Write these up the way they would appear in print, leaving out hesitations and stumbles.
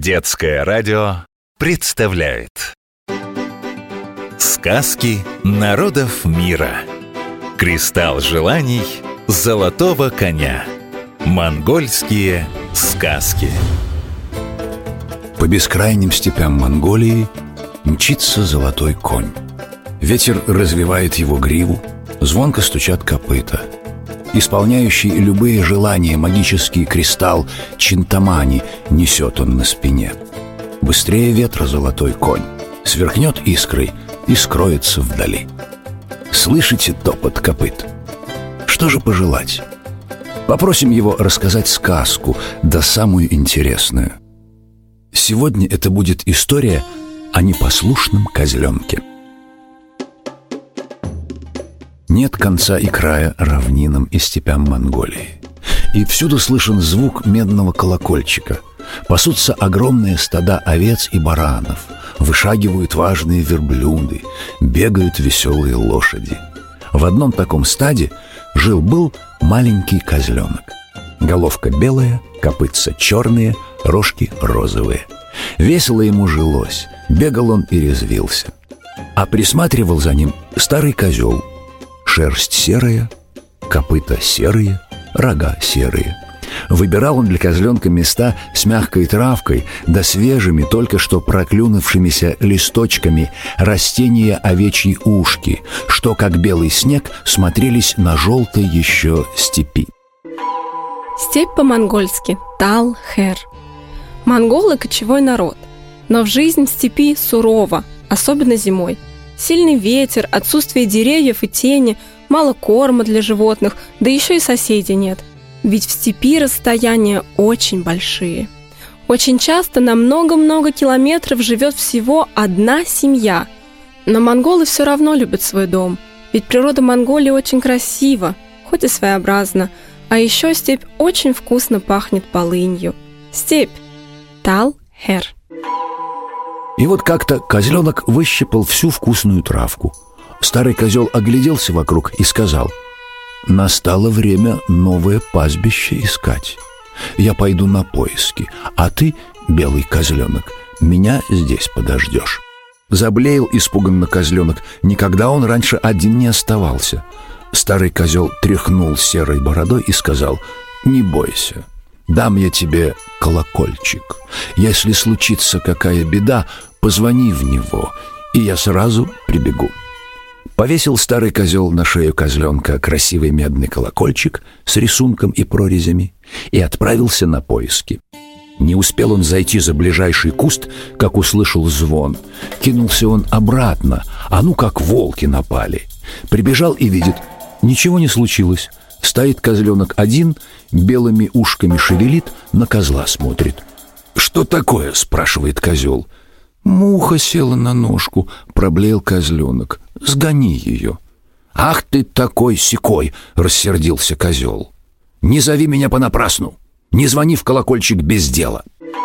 Детское радио представляет сказки народов мира. Кристалл желаний золотого коня. Монгольские сказки. По бескрайним степям Монголии мчится золотой конь. Ветер развивает его гриву, звонко стучат копыта. Исполняющий любые желания магический кристалл Чинтамани несет он на спине. Быстрее ветра золотой конь, сверкнет искрой и скроется вдали. Слышите топот копыт? Что же пожелать? Попросим его рассказать сказку, да самую интересную. Сегодня это будет история о непослушном козленке. Нет конца и края равнинам и степям Монголии. И всюду слышен звук медного колокольчика. Пасутся огромные стада овец и баранов. Вышагивают важные верблюды. Бегают веселые лошади. В одном таком стаде жил-был маленький козленок. Головка белая, копытца черные, рожки розовые. Весело ему жилось. Бегал он и резвился. А присматривал за ним старый козел. Шерсть серая, копыта серые, рога серые. Выбирал он для козленка места с мягкой травкой, да свежими, только что проклюнувшимися листочками растения овечьи ушки, что, как белый снег, смотрелись на желтой еще степи. Степь по-монгольски – Тал-Хэр. Монголы – кочевой народ, но в жизнь в степи сурова, особенно зимой. Сильный ветер, отсутствие деревьев и тени, мало корма для животных, да еще и соседей нет. Ведь в степи расстояния очень большие. Очень часто на много-много километров живет всего одна семья. Но монголы все равно любят свой дом, ведь природа Монголии очень красива, хоть и своеобразна, а еще степь очень вкусно пахнет полынью. Степь. Тал-Хэр. И вот как-то козленок выщипал всю вкусную травку. Старый козел огляделся вокруг и сказал: «Настало время новое пастбище искать. Я пойду на поиски, а ты, белый козленок, меня здесь подождешь». Заблеял испуганно козленок. Никогда он раньше один не оставался. Старый козел тряхнул серой бородой и сказал: «Не бойся. Дам я тебе колокольчик. Если случится какая беда, позвони в него, и я сразу прибегу». Повесил старый козел на шею козленка красивый медный колокольчик с рисунком и прорезями и отправился на поиски. Не успел он зайти за ближайший куст, как услышал звон. Кинулся он обратно, а ну как волки напали. Прибежал и видит: ничего не случилось. Стоит козленок один, белыми ушками шевелит, на козла смотрит. «Что такое?» — спрашивает козел. «Муха села на ножку», — проблеял козленок. «Сгони ее». «Ах ты такой-сякой!» — рассердился козел. «Не зови меня понапрасну, не звони в колокольчик без дела».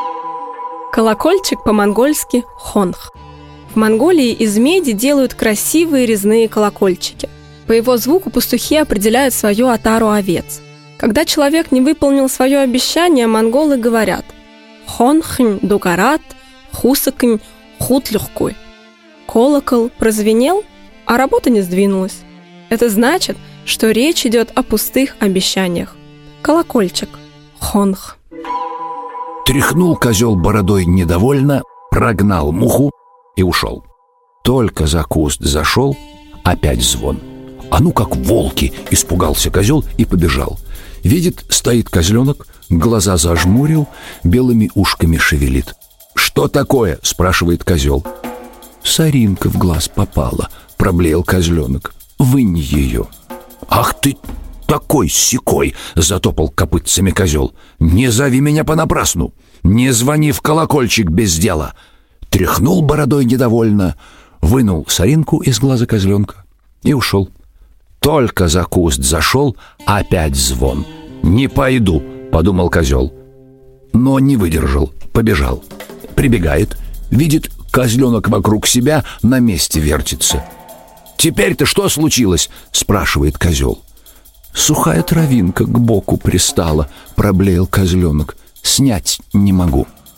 Колокольчик по-монгольски – хонх. В Монголии из меди делают красивые резные колокольчики. По его звуку пастухи определяют свою отару овец. Когда человек не выполнил свое обещание, монголы говорят: «Хонхнь дугарат, хусакнь хутлюхкуй». Колокол прозвенел, а работа не сдвинулась. Это значит, что речь идет о пустых обещаниях. Колокольчик. Хонх. Тряхнул козел бородой недовольно, прогнал муху и ушел. Только за куст зашел, опять звон. «А ну как волки!» — испугался козел и побежал. Видит, стоит козленок, глаза зажмурил, белыми ушками шевелит. «Что такое?» — спрашивает козел. «Соринка в глаз попала», — проблеял козленок. «Вынь ее». «Ах ты такой-сякой!» — затопал копытцами козел. «Не зови меня понапрасну, не звони в колокольчик без дела». Тряхнул бородой недовольно, вынул соринку из глаза козленка и ушел. Только за куст зашел, опять звон. «Не пойду», — подумал козел. Но не выдержал, побежал. Прибегает, видит, козленок вокруг себя на месте вертится. «Теперь-то что случилось?» — спрашивает козел. «Сухая травинка к боку пристала», — проблеял козленок. «Снять не могу».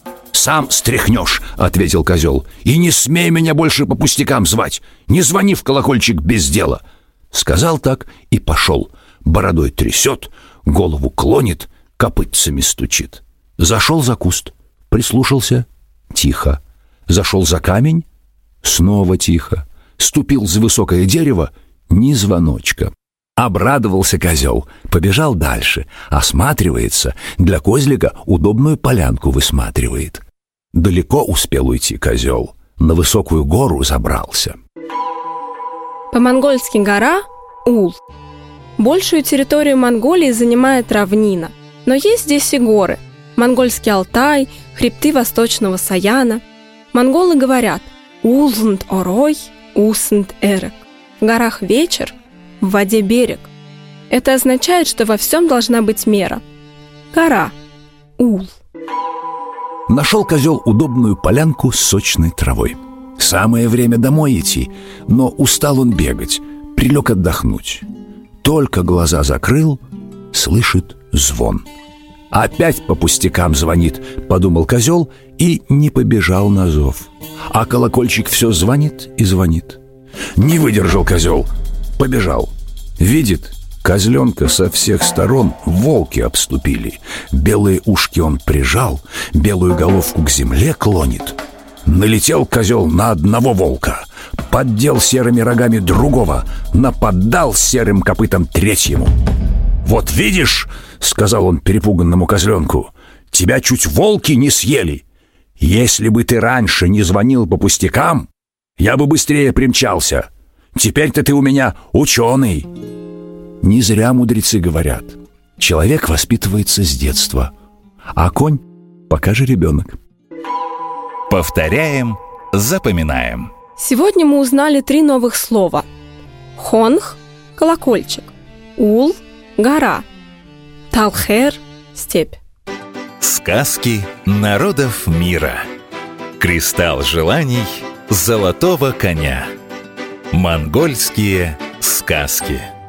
«Сам стряхнешь», — ответил козел. «И не смей меня больше по пустякам звать. Не звони в колокольчик без дела». Сказал так и пошел. Бородой трясет, голову клонит, копытцами стучит. Зашел за куст, прислушался — тихо. Зашел за камень — снова тихо. Ступил за высокое дерево — ни звоночка. Обрадовался козел, побежал дальше, осматривается, для козлика удобную полянку высматривает. Далеко успел уйти козел, на высокую гору забрался. По-монгольски гора – Ул. Большую территорию Монголии занимает равнина, но есть здесь и горы. Монгольский Алтай, хребты Восточного Саяна. Монголы говорят «Улзнд орой, уснд эрек». В горах вечер, в воде берег. Это означает, что во всем должна быть мера. Гора – Ул. Нашел козел удобную полянку с сочной травой. Самое время домой идти, но устал он бегать, прилег отдохнуть. Только глаза закрыл, слышит звон. «Опять по пустякам звонит», — подумал козел и не побежал на зов. А колокольчик все звонит и звонит. Не выдержал козел, побежал. Видит, козленка со всех сторон волки обступили. Белые ушки он прижал, белую головку к земле клонит. Налетел козел на одного волка, поддел серыми рогами другого, нападал серым копытом третьему. «Вот видишь, — сказал он перепуганному козленку, — тебя чуть волки не съели. Если бы ты раньше не звонил по пустякам, я бы быстрее примчался. Теперь-то ты у меня ученый». Не зря мудрецы говорят: человек воспитывается с детства, а конь пока же ребенок. Повторяем, запоминаем. Сегодня мы узнали 3 новых слова. Хонг – колокольчик, Ул – гора, Талхер – степь. Сказки народов мира. Кристалл желаний золотого коня. Монгольские сказки.